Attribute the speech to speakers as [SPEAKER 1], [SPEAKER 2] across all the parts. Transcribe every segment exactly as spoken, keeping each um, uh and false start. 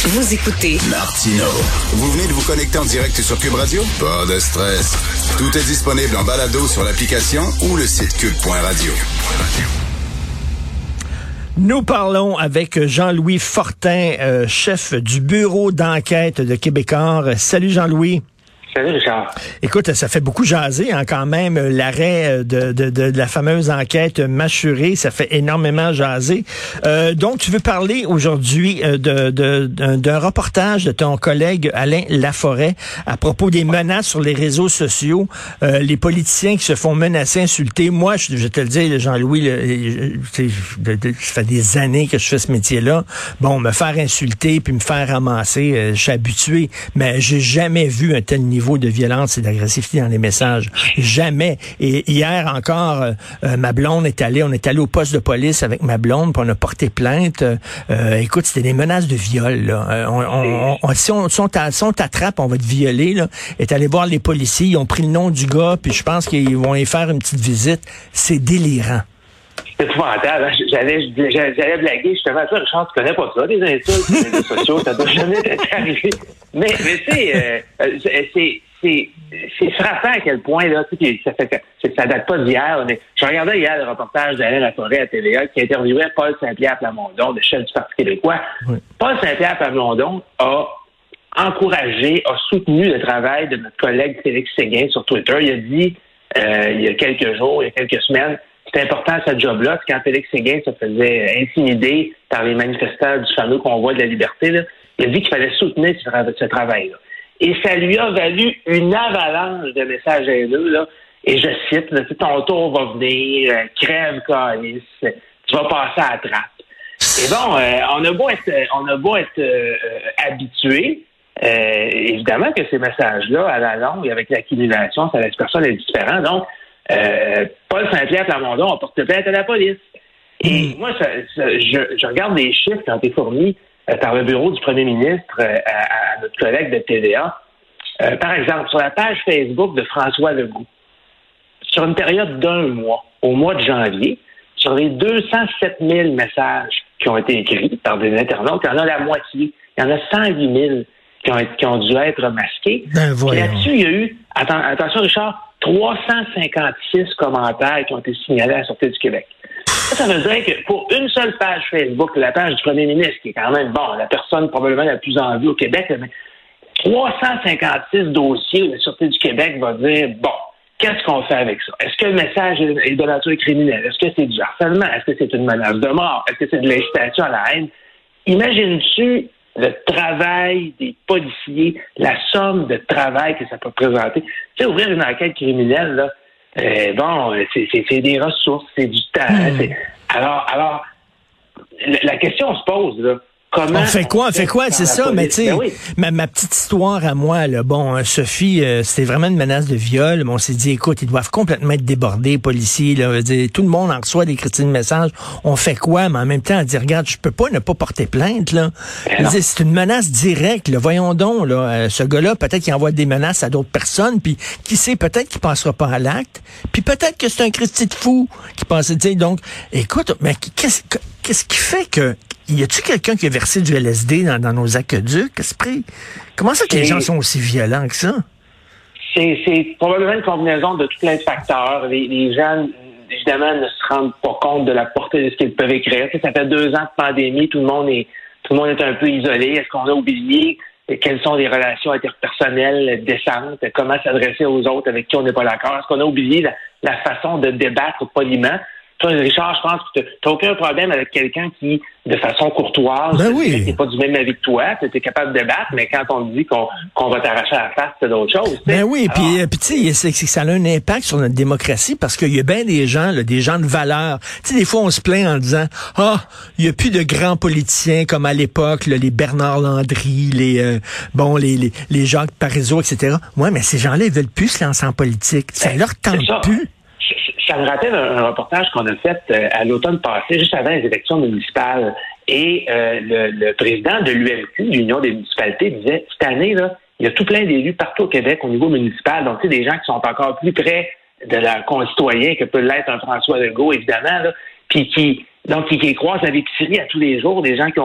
[SPEAKER 1] Vous écoutez
[SPEAKER 2] Martino. Vous venez de vous connecter en direct sur Cube Radio? Pas de stress. Tout est disponible en balado sur l'application ou le site cube point radio.
[SPEAKER 3] Nous parlons avec Jean-Louis Fortin, euh, chef du bureau d'enquête de Québecor. Salut Jean-Louis.
[SPEAKER 4] Salut Richard.
[SPEAKER 3] Écoute, ça fait beaucoup jaser hein, quand même, l'arrêt de, de, de, de la fameuse enquête Machuré, ça fait énormément jaser. Euh, donc, tu veux parler aujourd'hui euh, de, de, d'un, d'un reportage de ton collègue Alain Laforêt à propos des menaces sur les réseaux sociaux, euh, les politiciens qui se font menacer, insulter. Moi, je, je vais te le dire, Jean-Louis, le, ça fait des années que je fais ce métier-là. Bon, me faire insulter puis me faire ramasser, euh, je suis habitué, mais j'ai jamais vu un tel niveau de violence et d'agressivité dans les messages. Jamais. Et hier encore, euh, ma blonde est allée, on est allé au poste de police avec ma blonde, puis on a porté plainte. Euh, écoute, c'était des menaces de viol. Là. Euh, on, on, on, si on, si on t'attrape, on va te violer. Là. Est allé voir les policiers, ils ont pris le nom du gars, puis je pense qu'ils vont y faire une petite visite. C'est délirant.
[SPEAKER 4] C'est épouvantable. J'allais, j'allais blaguer justement. Toi, Richard, tu connais pas ça, les insultes, les réseaux sociaux, ça doit jamais t'être arrivé. Mais, mais tu sais, euh, c'est, c'est, c'est frappant à quel point, là, tu sais, ça fait que ça date pas d'hier. On est, je regardais hier le reportage d'Alain Laforêt à T V A qui interviewait Paul Saint-Pierre Plamondon, le chef du Parti québécois. Oui. Paul Saint-Pierre Plamondon a encouragé, a soutenu le travail de notre collègue Félix Séguin sur Twitter. Il a dit, euh, il y a quelques jours, il y a quelques semaines, c'est important ce job-là. C'est quand Félix Séguin se faisait intimider par les manifestants du fameux convoi de la liberté, là, il a dit qu'il fallait soutenir ce, ce travail-là. Et ça lui a valu une avalanche de messages haineux, là. Et je cite, là, ton tour va venir, euh, crève calice, tu vas passer à la trappe. Et bon, euh, on a beau être, on a beau être euh, habitué, euh, évidemment que ces messages-là, à la longue, avec l'accumulation, ça laisse personne indifférent. Donc, Euh, Paul Saint-Pierre Plamondon a porté plainte à la police. Et mmh. moi, ça, ça, je, je regarde les chiffres qui ont été fournis euh, par le bureau du premier ministre euh, à, à notre collègue de T V A. Euh, par exemple, sur la page Facebook de François Legault, sur une période d'un mois, au mois de janvier, sur les deux cent sept mille messages qui ont été écrits par des internautes, il y en a la moitié. Il y en a cent huit mille qui ont, qui ont dû être masqués. Ben, et là-dessus, il y a eu, atten, attention Richard, trois cent cinquante-six commentaires qui ont été signalés à la Sûreté du Québec. Ça, ça veut dire que pour une seule page Facebook, la page du premier ministre, qui est quand même, bon, la personne probablement la plus en vue au Québec, mais trois cent cinquante-six dossiers où la Sûreté du Québec va dire, bon, qu'est-ce qu'on fait avec ça? Est-ce que le message est de nature criminelle? Est-ce que c'est du harcèlement? Est-ce que c'est une menace de mort? Est-ce que c'est de l'incitation à la haine? Imagines-tu le travail des policiers, la somme de travail que ça peut présenter? Tu sais, ouvrir une enquête criminelle, là, euh, bon, c'est, c'est, c'est des ressources, c'est du temps. Mmh. C'est... Alors, alors, la question se pose, là. Comment
[SPEAKER 3] on fait quoi? On fait quoi? C'est ça, police? Mais tu sais, ben oui. ma, ma petite histoire à moi, là, bon, Sophie, euh, c'était vraiment une menace de viol, mais on s'est dit, écoute, ils doivent complètement être débordés, les policiers, là, dire, tout le monde en reçoit des critiques de messages, on fait quoi? Mais en même temps, on dit, regarde, je peux pas ne pas porter plainte, là. Ben dire, c'est une menace directe, là. Voyons donc, là, euh, ce gars-là, peut-être qu'il envoie des menaces à d'autres personnes, puis qui sait, peut-être qu'il passera pas à l'acte, puis peut-être que c'est un Christy de fou qui pense, tu sais, donc, écoute, mais qu'est-ce, qu'est-ce qui fait que y a-tu quelqu'un qui a versé du L S D dans, dans nos aqueducs, Esprit? Comment ça que c'est, les gens sont aussi violents que ça?
[SPEAKER 4] C'est, c'est probablement une combinaison de tout plein de facteurs. Les, les gens, évidemment, ne se rendent pas compte de la portée de ce qu'ils peuvent écrire. Tu sais, ça fait deux ans de pandémie, tout le monde est tout le monde est un peu isolé. Est-ce qu'on a oublié quelles sont les relations interpersonnelles décentes? Comment s'adresser aux autres avec qui on n'est pas d'accord? Est-ce qu'on a oublié la, la façon de débattre poliment? Toi, Richard, je pense que tu n'as aucun problème avec quelqu'un qui, de façon courtoise,
[SPEAKER 3] ben oui.
[SPEAKER 4] n'est pas du même avis que toi, tu es capable de débattre, mais quand on te dit qu'on, qu'on va t'arracher à la face, c'est d'autres choses.
[SPEAKER 3] Ben oui, puis euh, tu sais, c'est, c'est, ça a un impact sur notre démocratie parce qu'il y a bien des gens, là, des gens de valeur. Tu sais, des fois, on se plaint en disant, ah, oh, il n'y a plus de grands politiciens comme à l'époque, là, les Bernard Landry, les euh, bon, les, les, les Jacques Parizeau, et cetera. Ouais, mais ces gens-là, ils veulent plus se lancer en politique. Ça ben, leur tente plus.
[SPEAKER 4] Ça me rappelle un, un reportage qu'on a fait euh, à l'automne passé, juste avant les élections municipales. Et euh, le, le président de l'U M Q, l'Union des municipalités, disait, cette année, là, il y a tout plein d'élus partout au Québec au niveau municipal. Donc, tu sais, des gens qui sont encore plus près de leurs concitoyens que peut l'être un François Legault, évidemment, là, puis qui, donc, qui, qui croisent à l'épicerie à tous les jours, des gens qui ont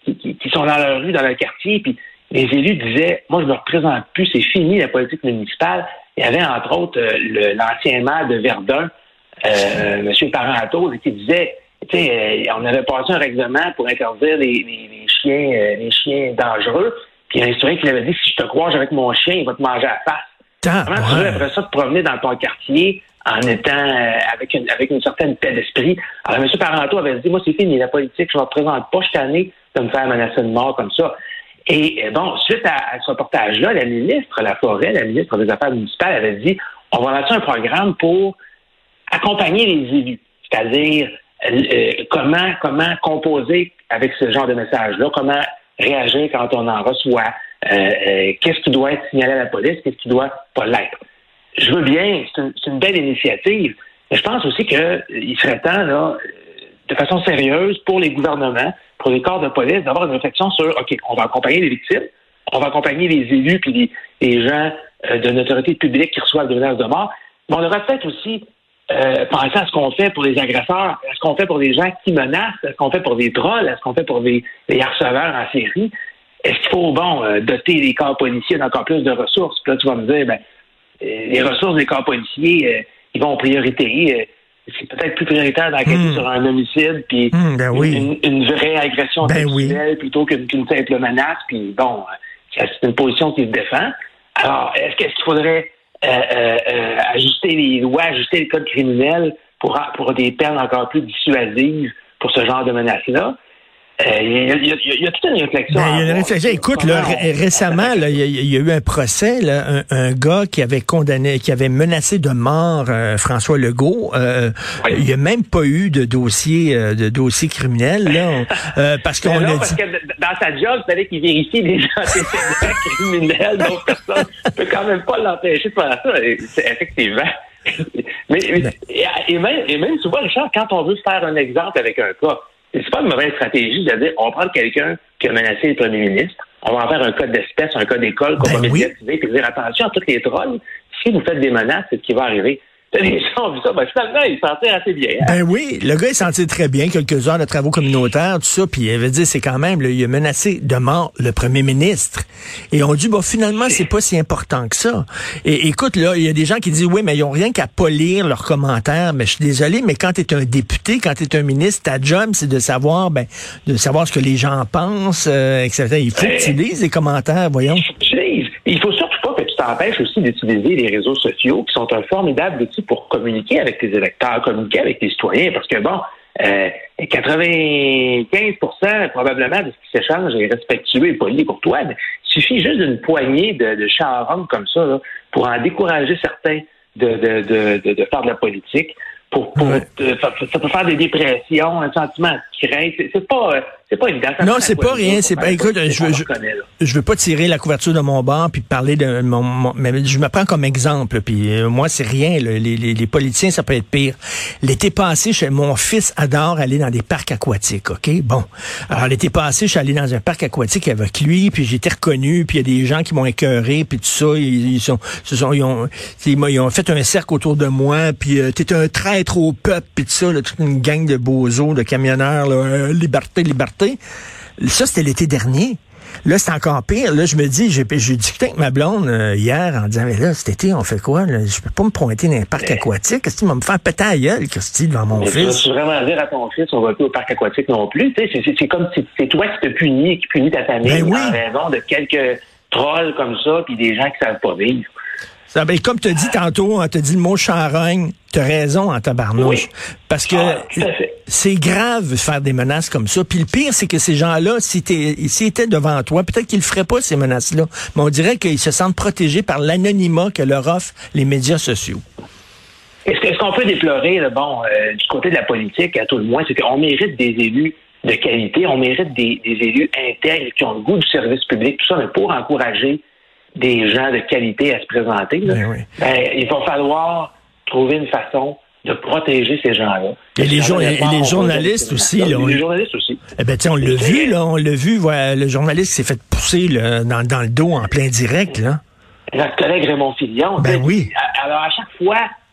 [SPEAKER 4] qui, qui, qui sont dans leur rue, dans leur quartier, puis les élus disaient, moi, je me représente plus, c'est fini la politique municipale. Il y avait, entre autres, euh, le, l'ancien maire de Verdun, euh, M. Parenteau, qui disait, tu sais, euh, on avait passé un règlement pour interdire les, les, les chiens euh, les chiens dangereux, puis il y a un historien qui l'avait dit, si je te croise avec mon chien, il va te manger à la face.
[SPEAKER 3] Ah,
[SPEAKER 4] Comment
[SPEAKER 3] ouais.
[SPEAKER 4] tu veux, après ça, te promener dans ton quartier en étant euh, avec une avec une certaine paix d'esprit? Alors, M. Parenteau avait dit, moi, c'est fini, la politique, je ne me représente pas chaque année de me faire menacer de mort comme ça. Et bon, suite à, à ce reportage-là, la ministre Laforêt, la ministre des Affaires municipales, avait dit, on va lancer un programme pour accompagner les élus, c'est-à-dire euh, comment comment composer avec ce genre de message-là, comment réagir quand on en reçoit, euh, euh, qu'est-ce qui doit être signalé à la police, qu'est-ce qui doit pas l'être. Je veux bien, c'est une, c'est une belle initiative, mais je pense aussi qu'il serait temps, là, de façon sérieuse, pour les gouvernements, pour les corps de police, d'avoir une réflexion sur, OK, on va accompagner les victimes, on va accompagner les élus puis les, les gens euh, de l'autorité publique qui reçoivent des menaces de mort, mais on devrait peut-être aussi euh, penser à ce qu'on fait pour les agresseurs, à ce qu'on fait pour les gens qui menacent, à ce qu'on fait pour des trolls, à ce qu'on fait pour des, des harceleurs en série. Est-ce qu'il faut, bon, euh, doter les corps policiers d'encore plus de ressources? Puis là, tu vas me dire, ben, euh, les ressources des corps policiers, euh, ils vont en priorité. Euh, c'est peut-être plus prioritaire d'enquêter mmh. sur un homicide puis
[SPEAKER 3] mmh, ben oui.
[SPEAKER 4] une, une vraie agression
[SPEAKER 3] ben
[SPEAKER 4] sexuelle
[SPEAKER 3] oui.
[SPEAKER 4] plutôt qu'une, qu'une simple menace. Puis bon, c'est une position qui se défend. Alors, est-ce, que, est-ce qu'il faudrait euh, euh, euh, ajuster les lois, ajuster le code criminel pour, pour des peines encore plus dissuasives pour ce genre de menaces-là? Il euh, y, y, y, y a toute une réflexion.
[SPEAKER 3] Ben, il y a une réflexion. Écoute, là, ré- récemment, il y, y a eu un procès, là, un, un gars qui avait condamné, qui avait menacé de mort euh, François Legault. Euh, oui. Il n'y a même pas eu de dossier, euh, de dossier criminel, là, euh, parce qu'on
[SPEAKER 4] non,
[SPEAKER 3] a
[SPEAKER 4] parce
[SPEAKER 3] dit...
[SPEAKER 4] que dans sa job, il fallait qu'il vérifie les antécédents criminels d'autres personnes. On peut quand même pas l'empêcher de faire ça. C'est, effectivement. mais, mais et, et, même, et même souvent, Richard, quand on veut faire un exemple avec un cas, c'est pas une mauvaise stratégie de dire on va prendre quelqu'un qui a menacé le premier ministre, on va en faire un code d'espèce, un code d'école qu'on ben va médiatiser, puis dire attention à tous les trolls, si vous faites des menaces, c'est ce qui va arriver. Les gens ont vu ça, ben finalement, ils s'en tirent assez bien. Hein?
[SPEAKER 3] Ben oui, le gars, il s'en tire très bien, quelques heures de travaux communautaires, tout ça, puis il avait dit, c'est quand même, là, il a menacé de mort le premier ministre. Et on dit, bon, finalement, c'est pas si important que ça. Et écoute, là, il y a des gens qui disent, oui, mais ils ont rien qu'à pas lire leurs commentaires, mais je suis désolé, mais quand t'es un député, quand t'es un ministre, ta job, c'est de savoir, ben, de savoir ce que les gens pensent, euh, et cetera. Il faut que tu lises les commentaires, voyons.
[SPEAKER 4] Je lise. Il faut surtout pas que tu t'empêches aussi d'utiliser les réseaux sociaux, qui sont un formidable outil pour communiquer avec tes électeurs, communiquer avec tes citoyens, parce que bon, euh, quatre-vingt-quinze pour cent probablement de ce qui s'échange est respectueux et poli pour toi, mais il suffit juste d'une poignée de, de charron comme ça là, pour en décourager certains de, de, de, de, de faire de la politique. Pour, pour, ouais. euh, ça, ça peut faire des dépressions, un sentiment de crainte. C'est, c'est pas, c'est pas évident. Ça
[SPEAKER 3] non, c'est pas rien. C'est pas. Écoute, je, je, je veux pas tirer la couverture de mon bar puis parler de mon, mon mais je me prends comme exemple. Puis euh, moi, c'est rien. Là, les, les, les politiciens, ça peut être pire. L'été passé, je, mon fils adore aller dans des parcs aquatiques. Ok, bon. Alors l'été passé, je suis allé dans un parc aquatique avec lui, puis j'ai été reconnu, puis il y a des gens qui m'ont écœuré, puis tout ça. Ils, ils sont, se sont, ils ont, ils ont fait un cercle autour de moi, puis euh, t'es un traître au peuple, puis tout ça, là, toute une gang de bozos, de camionneurs, là, euh, liberté, liberté. Ça, c'était l'été dernier. Là, c'est encore pire. Là, je me dis, j'ai, j'ai discuté avec ma blonde euh, hier en disant, mais là, cet été, on fait quoi? Là? Je peux pas me pointer dans un parc mais... aquatique. Qu'est-ce qu'il va me faire péter à gueule, Christy, devant mon mais fils?
[SPEAKER 4] Tu vas vraiment dire à ton fils, on va plus au parc aquatique non plus. Tu sais, c'est, c'est, c'est comme si c'est toi qui te punis, qui punis ta famille ben oui. en raison de quelques trolls comme ça, puis des gens qui savent pas vivre.
[SPEAKER 3] Ça, ben, comme tu as dit tantôt, on t'a dit le mot charogne, tu as raison en tabarnouche. Oui. Parce que ah, c'est grave de faire des menaces comme ça. Puis le pire, c'est que ces gens-là, s'ils étaient devant toi, peut-être qu'ils ne feraient pas ces menaces-là. Mais on dirait qu'ils se sentent protégés par l'anonymat que leur offrent les médias sociaux.
[SPEAKER 4] Est-ce, que, est-ce qu'on peut déplorer, là, bon, euh, du côté de la politique, à tout le moins, c'est qu'on mérite des élus de qualité, on mérite des, des élus intègres qui ont le goût du service public, tout ça, mais pour encourager des gens de qualité à se présenter, là, ben oui. ben, il va falloir trouver une façon de protéger ces gens-là.
[SPEAKER 3] Et les, jour, et les journalistes aussi. Là, on,
[SPEAKER 4] les journalistes aussi.
[SPEAKER 3] Eh ben, tiens, on l'a vu, là, on l'a vu, voilà, le journaliste s'est fait pousser là, dans, dans le dos en plein direct, là.
[SPEAKER 4] Notre collègue Raymond Filion.
[SPEAKER 3] Ben oui.
[SPEAKER 4] Alors, à chaque fois,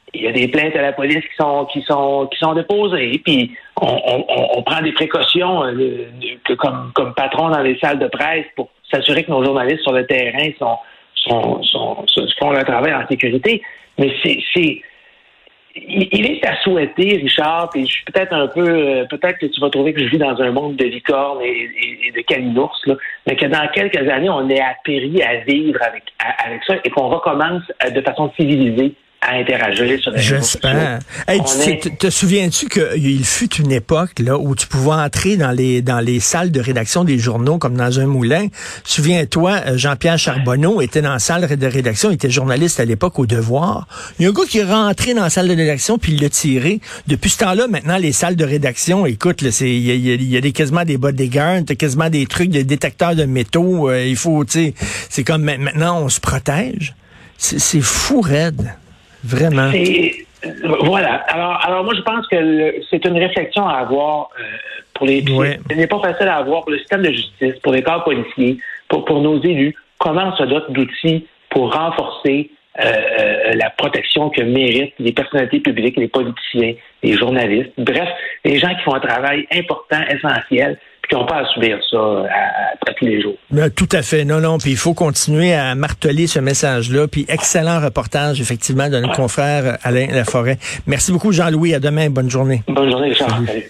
[SPEAKER 4] il y a des plaintes à la police qui sont qui sont qui sont déposées, puis on, on, on prend des précautions euh, de, comme comme patron dans les salles de presse pour s'assurer que nos journalistes sur le terrain sont sont sont, sont font leur travail en sécurité. Mais c'est c'est il est à souhaiter, Richard, puis je suis peut-être un peu, euh, peut-être que tu vas trouver que je vis dans un monde de licorne et, et, et de calinours, là, mais que dans quelques années, on est appris à vivre avec, à, avec ça et qu'on recommence à, de façon civilisée à interagir sur les réseaux sociaux.
[SPEAKER 3] J'espère. Hey, tu,
[SPEAKER 4] est...
[SPEAKER 3] te, te souviens-tu qu'il fut une époque là où tu pouvais entrer dans les dans les salles de rédaction des journaux comme dans un moulin? Souviens-toi, Jean-Pierre Charbonneau était dans la salle de rédaction, il était journaliste à l'époque au Devoir. Il y a un gars qui est rentré dans la salle de rédaction puis il l'a tiré. Depuis ce temps-là, maintenant, les salles de rédaction, écoute, il y a, y a, y a des, quasiment des bodyguards, t'as quasiment des trucs, des détecteurs de métaux. Euh, il faut, tu sais, c'est comme maintenant, on se protège. C'est, c'est fou raide. Vraiment.
[SPEAKER 4] C'est, voilà. Alors, alors moi, je pense que le, c'est une réflexion à avoir euh, pour les... Ouais. Ce n'est pas facile à avoir pour le système de justice, pour les corps policiers, pour, pour nos élus. Comment on se dote d'outils pour renforcer euh, euh, la protection que méritent les personnalités publiques, les politiciens, les journalistes, bref, les gens qui font un travail important, essentiel, qui n'ont pas à subir ça à, à, à tous les jours.
[SPEAKER 3] Mais, tout à fait. Non, non. Puis il faut continuer à marteler ce message-là. Puis excellent reportage, effectivement, de notre ouais. confrère Alain Laforêt. Merci beaucoup, Jean-Louis. À demain. Bonne journée.
[SPEAKER 4] Bonne journée, Richard. Salut. Salut.